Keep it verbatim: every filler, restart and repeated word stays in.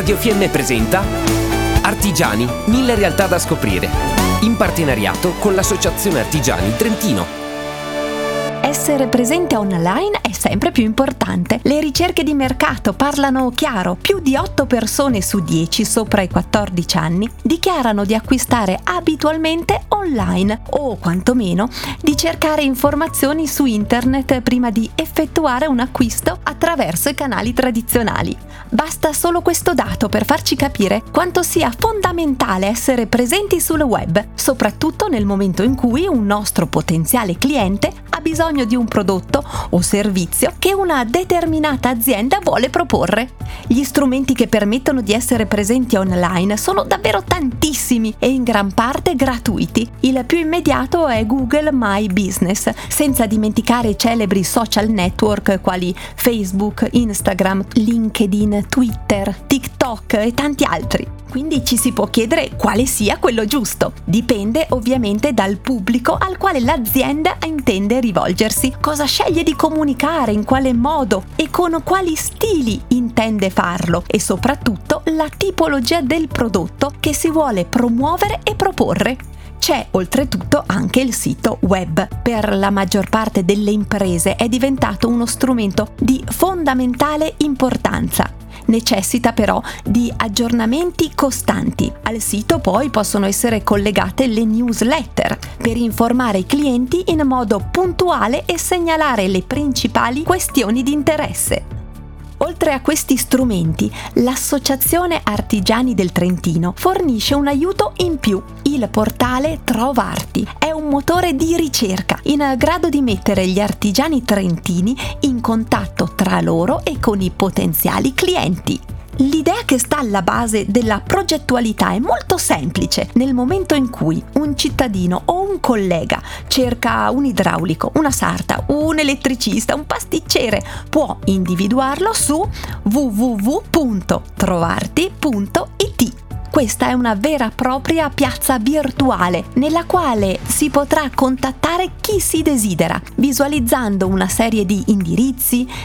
Radio F M presenta Artigiani, mille realtà da scoprire, in partenariato con l'Associazione Artigiani Trentino. Essere presente online è sempre più importante. Le ricerche di mercato parlano chiaro. Più di otto persone su dieci sopra i quattordici anni dichiarano di acquistare abitualmente online o quantomeno di cercare informazioni su internet prima di effettuare un acquisto attraverso i canali tradizionali. Basta solo questo dato per farci capire quanto sia fondamentale essere presenti sul web, soprattutto nel momento in cui un nostro potenziale cliente ha bisogno di un prodotto o servizio che una determinata azienda vuole proporre. Gli strumenti che permettono di essere presenti online sono davvero tantissimi e in gran parte gratuiti. Il più immediato è Google My Business, senza dimenticare i celebri social network quali Facebook, Instagram, LinkedIn, Twitter, TikTok e tanti altri. Quindi ci si può chiedere quale sia quello giusto. Dipende ovviamente dal pubblico al quale l'azienda intende rivolgersi, cosa sceglie di comunicare, in quale modo e con quali stili intende farlo e soprattutto la tipologia del prodotto che si vuole promuovere e proporre. C'è oltretutto anche il sito web. Per la maggior parte delle imprese è diventato uno strumento di fondamentale importanza. Necessita però di aggiornamenti costanti. Al sito poi possono essere collegate le newsletter per informare i clienti in modo puntuale e segnalare le principali questioni di interesse. Oltre a questi strumenti, l'Associazione Artigiani del Trentino fornisce un aiuto in più. Il portale Trovarti è un motore di ricerca in grado di mettere gli artigiani trentini in contatto tra loro e con i potenziali clienti. L'idea che sta alla base della progettualità è molto semplice. Nel momento in cui un cittadino o un collega cerca un idraulico, una sarta, un elettricista, un pasticcere, può individuarlo su w w w punto trovarti punto i t. Questa è una vera e propria piazza virtuale nella quale si potrà contattare chi si desidera, visualizzando una serie di indirizzi,